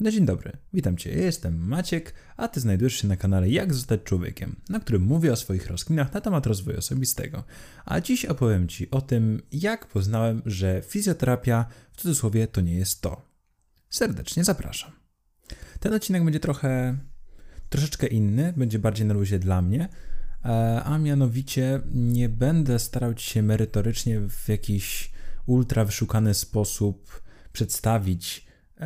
No dzień dobry, witam Cię, ja jestem Maciek, a Ty znajdujesz się na kanale Jak zostać człowiekiem, na którym mówię o swoich rozkminach na temat rozwoju osobistego. A dziś opowiem Ci o tym, jak poznałem, że fizjoterapia w cudzysłowie to nie jest to. Serdecznie zapraszam. Ten odcinek będzie troszeczkę inny, będzie bardziej na luzie dla mnie, a mianowicie nie będę starał Ci się merytorycznie w jakiś ultra wyszukany sposób przedstawić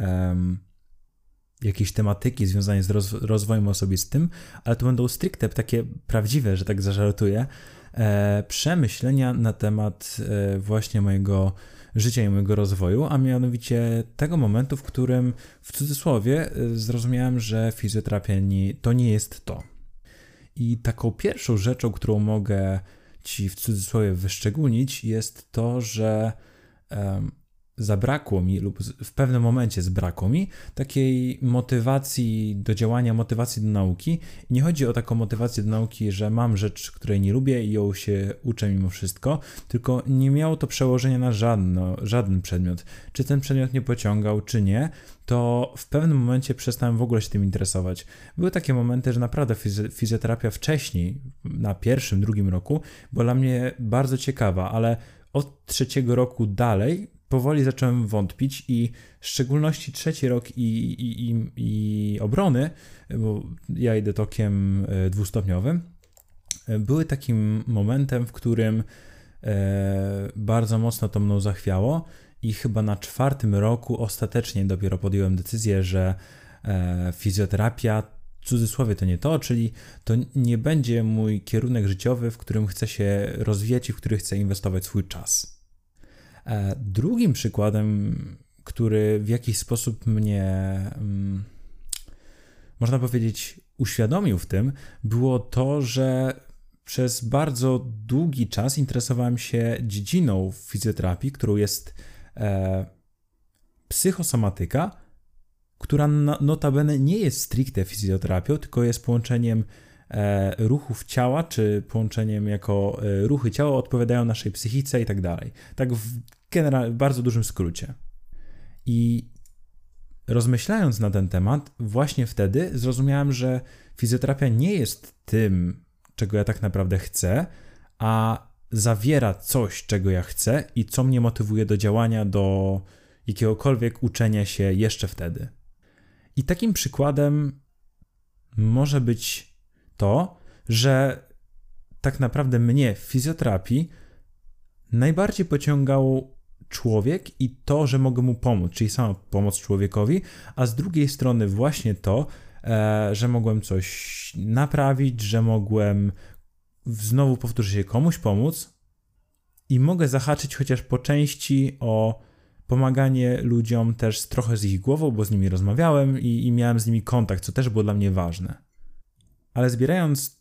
jakieś tematyki związane z rozwojem osobistym, ale to będą stricte takie prawdziwe, że tak zażartuję, przemyślenia na temat właśnie mojego życia i mojego rozwoju, a mianowicie tego momentu, w którym w cudzysłowie zrozumiałem, że fizjoterapia to nie jest to. I taką pierwszą rzeczą, którą mogę Ci w cudzysłowie wyszczególnić, jest to, że zabrakło mi lub w pewnym momencie zbrakło mi takiej motywacji do działania, motywacji do nauki. I nie chodzi o taką motywację do nauki, że mam rzecz, której nie lubię i ją się uczę mimo wszystko, tylko nie miało to przełożenia na żaden przedmiot. Czy ten przedmiot mnie pociągał, czy nie, to w pewnym momencie przestałem w ogóle się tym interesować. Były takie momenty, że naprawdę fizjoterapia wcześniej, na pierwszym, drugim roku, była dla mnie bardzo ciekawa, ale od trzeciego roku dalej powoli zacząłem wątpić i w szczególności trzeci rok i obrony, bo ja idę tokiem dwustopniowym, były takim momentem, w którym bardzo mocno to mną zachwiało i chyba na czwartym roku ostatecznie dopiero podjąłem decyzję, że fizjoterapia w cudzysłowie to nie to, czyli to nie będzie mój kierunek życiowy, w którym chcę się rozwijać i w który chcę inwestować swój czas. Drugim przykładem, który w jakiś sposób mnie, można powiedzieć, uświadomił w tym, było to, że przez bardzo długi czas interesowałem się dziedziną fizjoterapii, którą jest psychosomatyka, która notabene nie jest stricte fizjoterapią, tylko jest połączeniem ruchów ciała, czy połączeniem jako ruchy ciała odpowiadają naszej psychice i tak dalej. Tak w bardzo dużym skrócie. I rozmyślając na ten temat, właśnie wtedy zrozumiałem, że fizjoterapia nie jest tym, czego ja tak naprawdę chcę, a zawiera coś, czego ja chcę i co mnie motywuje do działania, do jakiegokolwiek uczenia się jeszcze wtedy. I takim przykładem może być to, że tak naprawdę mnie w fizjoterapii najbardziej pociągał człowiek i to, że mogę mu pomóc, czyli sama pomoc człowiekowi, a z drugiej strony właśnie to, że mogłem coś naprawić, że mogłem znowu powtórzę się komuś pomóc i mogę zahaczyć chociaż po części o pomaganie ludziom też trochę z ich głową, bo z nimi rozmawiałem i miałem z nimi kontakt, co też było dla mnie ważne. Ale zbierając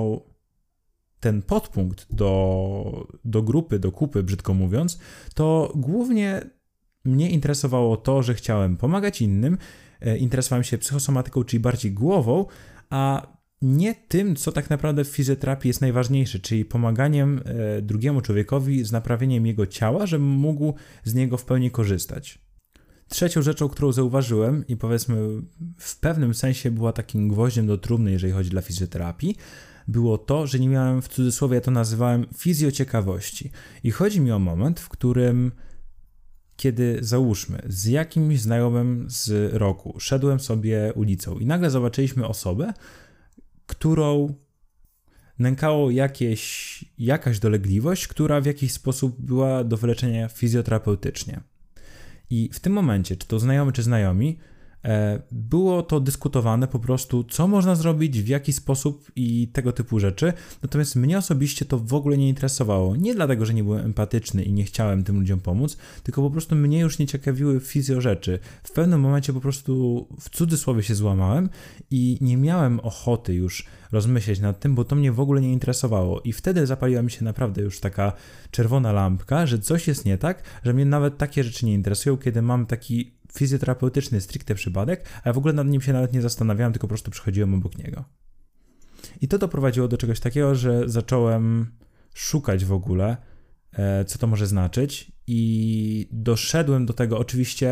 ten podpunkt do grupy, do kupy, brzydko mówiąc, to głównie mnie interesowało to, że chciałem pomagać innym, interesowałem się psychosomatyką, czyli bardziej głową, a nie tym, co tak naprawdę w fizjoterapii jest najważniejsze, czyli pomaganiem drugiemu człowiekowi z naprawieniem jego ciała, żeby mógł z niego w pełni korzystać. Trzecią rzeczą, którą zauważyłem i powiedzmy w pewnym sensie była takim gwoździem do trumny, jeżeli chodzi o fizjoterapii, było to, że nie miałem, w cudzysłowie ja to nazywałem fizjociekawości. I chodzi mi o moment, w którym kiedy załóżmy z jakimś znajomym z roku szedłem sobie ulicą i nagle zobaczyliśmy osobę, którą nękało jakaś dolegliwość, która w jakiś sposób była do wyleczenia fizjoterapeutycznie. I w tym momencie, czy to znajomy, czy znajomi, było to dyskutowane po prostu, co można zrobić, w jaki sposób i tego typu rzeczy. Natomiast mnie osobiście to w ogóle nie interesowało. Nie dlatego, że nie byłem empatyczny i nie chciałem tym ludziom pomóc, tylko po prostu mnie już nie ciekawiły fizjo rzeczy. W pewnym momencie po prostu w cudzysłowie się złamałem i nie miałem ochoty już rozmyśleć nad tym, bo to mnie w ogóle nie interesowało. I wtedy zapaliła mi się naprawdę już taka czerwona lampka, że coś jest nie tak, że mnie nawet takie rzeczy nie interesują, kiedy mam taki fizjoterapeutyczny stricte przypadek, a ja w ogóle nad nim się nawet nie zastanawiałem, tylko po prostu przechodziłem obok niego. I to doprowadziło do czegoś takiego, że zacząłem szukać w ogóle, co to może znaczyć i doszedłem do tego, oczywiście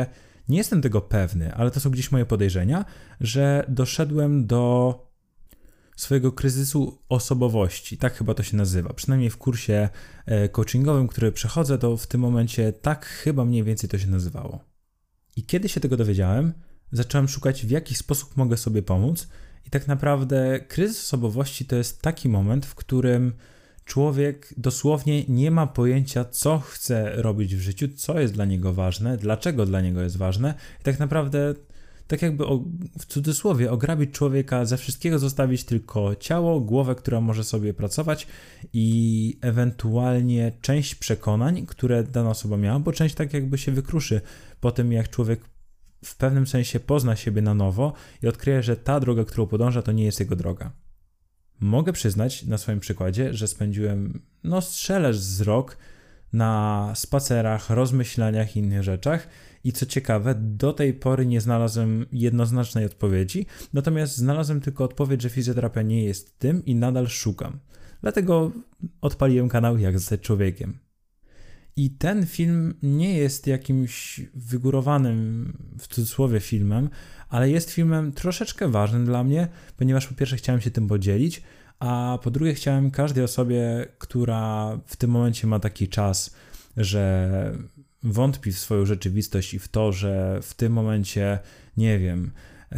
Nie jestem tego pewny, ale to są gdzieś moje podejrzenia, że doszedłem do swojego kryzysu osobowości. Tak chyba to się nazywa. Przynajmniej w kursie coachingowym, który przechodzę, to w tym momencie tak chyba mniej więcej to się nazywało. I kiedy się tego dowiedziałem, zacząłem szukać, w jaki sposób mogę sobie pomóc. I tak naprawdę kryzys osobowości to jest taki moment, w którym człowiek dosłownie nie ma pojęcia, co chce robić w życiu, co jest dla niego ważne, dlaczego dla niego jest ważne. I tak naprawdę, tak jakby w cudzysłowie, ograbić człowieka, ze wszystkiego zostawić tylko ciało, głowę, która może sobie pracować i ewentualnie część przekonań, które dana osoba miała, bo część tak jakby się wykruszy po tym, jak człowiek w pewnym sensie pozna siebie na nowo i odkryje, że ta droga, którą podąża, to nie jest jego droga. Mogę przyznać na swoim przykładzie, że spędziłem, strzelę z rok na spacerach, rozmyślaniach i innych rzeczach i co ciekawe, do tej pory nie znalazłem jednoznacznej odpowiedzi, natomiast znalazłem tylko odpowiedź, że fizjoterapia nie jest tym i nadal szukam. Dlatego odpaliłem kanał Jak zostać człowiekiem. I ten film nie jest jakimś wygórowanym, w cudzysłowie, filmem, ale jest filmem troszeczkę ważnym dla mnie, ponieważ po pierwsze chciałem się tym podzielić, a po drugie chciałem każdej osobie, która w tym momencie ma taki czas, że wątpi w swoją rzeczywistość i w to, że w tym momencie, nie wiem,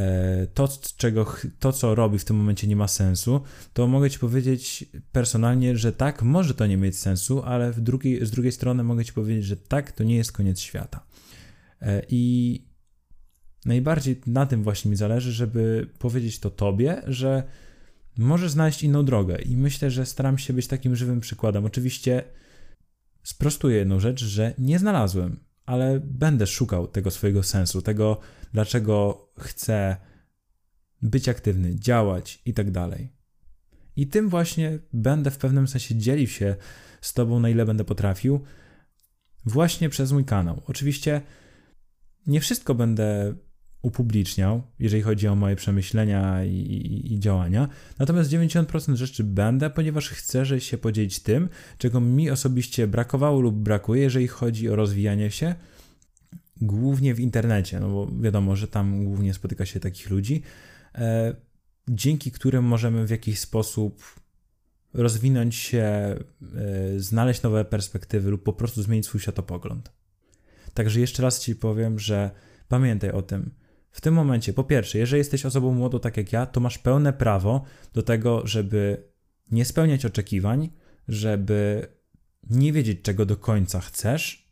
to, co robi w tym momencie nie ma sensu, to mogę Ci powiedzieć personalnie, że tak, może to nie mieć sensu, ale z drugiej strony mogę Ci powiedzieć, że tak, to nie jest koniec świata. I najbardziej na tym właśnie mi zależy, żeby powiedzieć to Tobie, że możesz znaleźć inną drogę i myślę, że staram się być takim żywym przykładem. Oczywiście sprostuję jedną rzecz, że nie znalazłem, ale będę szukał tego swojego sensu, tego, dlaczego chcę być aktywny, działać i tak dalej. I tym właśnie będę w pewnym sensie dzielił się z Tobą, na ile będę potrafił, właśnie przez mój kanał. Oczywiście nie wszystko będę upubliczniał, jeżeli chodzi o moje przemyślenia i działania, natomiast 90% rzeczy będę, ponieważ chcę się podzielić tym, czego mi osobiście brakowało lub brakuje, jeżeli chodzi o rozwijanie się, głównie w internecie, no bo wiadomo, że tam głównie spotyka się takich ludzi, dzięki którym możemy w jakiś sposób rozwinąć się, znaleźć nowe perspektywy lub po prostu zmienić swój światopogląd. Także jeszcze raz Ci powiem, że pamiętaj o tym. W tym momencie, po pierwsze, jeżeli jesteś osobą młodą tak jak ja, to masz pełne prawo do tego, żeby nie spełniać oczekiwań, żeby nie wiedzieć, czego do końca chcesz,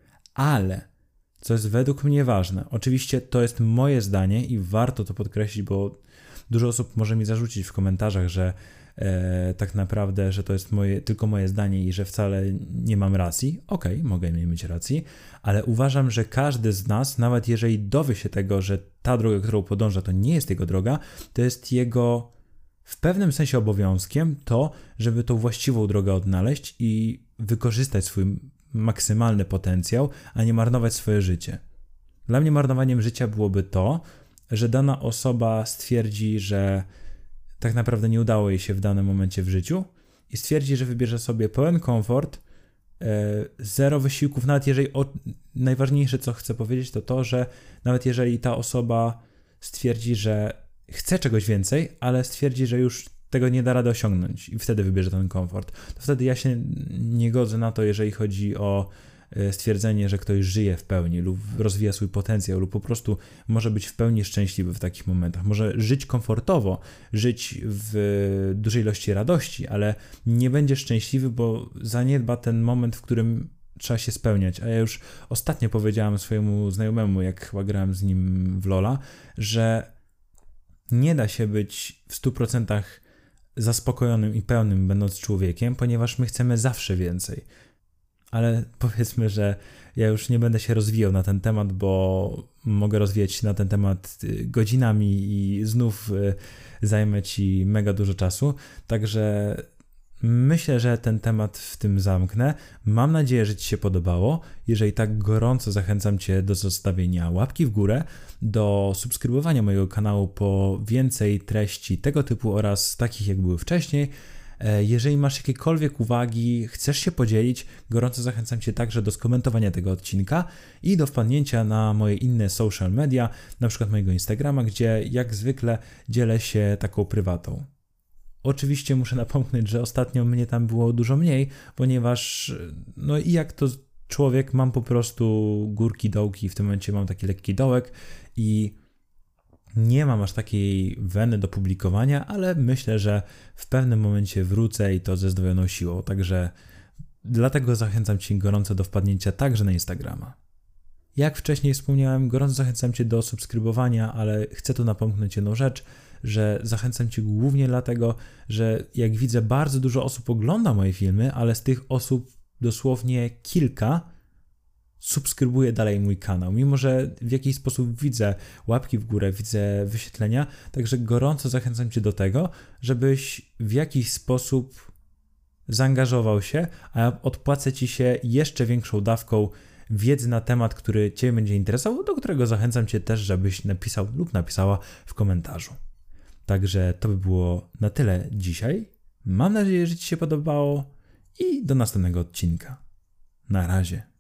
ale co jest według mnie ważne, oczywiście to jest moje zdanie i warto to podkreślić, bo dużo osób może mi zarzucić w komentarzach, że tak naprawdę, że to jest tylko moje zdanie i że wcale nie mam racji. Okej, mogę nie mieć racji, ale uważam, że każdy z nas, nawet jeżeli dowie się tego, że ta droga, którą podąża, to nie jest jego droga, to jest jego w pewnym sensie obowiązkiem to, żeby tą właściwą drogę odnaleźć i wykorzystać swój maksymalny potencjał, a nie marnować swoje życie. Dla mnie marnowaniem życia byłoby to, że dana osoba stwierdzi, że tak naprawdę nie udało jej się w danym momencie w życiu i stwierdzi, że wybierze sobie pełen komfort, zero wysiłków, nawet jeżeli najważniejsze, co chcę powiedzieć, to to, że nawet jeżeli ta osoba stwierdzi, że chce czegoś więcej, ale stwierdzi, że już tego nie da rady osiągnąć i wtedy wybierze ten komfort, to wtedy ja się nie godzę na to, jeżeli chodzi o stwierdzenie, że ktoś żyje w pełni lub rozwija swój potencjał lub po prostu może być w pełni szczęśliwy w takich momentach. Może żyć komfortowo, żyć w dużej ilości radości, ale nie będzie szczęśliwy, bo zaniedba ten moment, w którym trzeba się spełniać. A ja już ostatnio powiedziałem swojemu znajomemu, jak chyba grałem z nim w LoL'a, że nie da się być w 100% zaspokojonym i pełnym będąc człowiekiem, ponieważ my chcemy zawsze więcej. Ale powiedzmy, że ja już nie będę się rozwijał na ten temat, bo mogę rozwijać się na ten temat godzinami i znów zajmę Ci mega dużo czasu. Także myślę, że ten temat w tym zamknę. Mam nadzieję, że Ci się podobało. Jeżeli tak, gorąco zachęcam Cię do zostawienia łapki w górę, do subskrybowania mojego kanału po więcej treści tego typu oraz takich, jak były wcześniej. Jeżeli masz jakiekolwiek uwagi, chcesz się podzielić, gorąco zachęcam Cię także do skomentowania tego odcinka i do wpadnięcia na moje inne social media, na przykład mojego Instagrama, gdzie jak zwykle dzielę się taką prywatą. Oczywiście muszę napomknąć, że ostatnio mnie tam było dużo mniej, ponieważ no i jak to człowiek, mam po prostu górki, dołki, w tym momencie mam taki lekki dołek i nie mam aż takiej weny do publikowania, ale myślę, że w pewnym momencie wrócę i to ze zdwojoną siłą, także dlatego zachęcam Cię gorąco do wpadnięcia także na Instagrama. Jak wcześniej wspomniałem, gorąco zachęcam Cię do subskrybowania, ale chcę tu napomknąć jedną rzecz, że zachęcam Cię głównie dlatego, że jak widzę, bardzo dużo osób ogląda moje filmy, ale z tych osób dosłownie kilka subskrybuje dalej mój kanał, mimo że w jakiś sposób widzę łapki w górę, widzę wyświetlenia, także gorąco zachęcam Cię do tego, żebyś w jakiś sposób zaangażował się, a ja odpłacę Ci się jeszcze większą dawką wiedzy na temat, który Cię będzie interesował, do którego zachęcam Cię też, żebyś napisał lub napisała w komentarzu. Także to by było na tyle dzisiaj. Mam nadzieję, że Ci się podobało i do następnego odcinka. Na razie.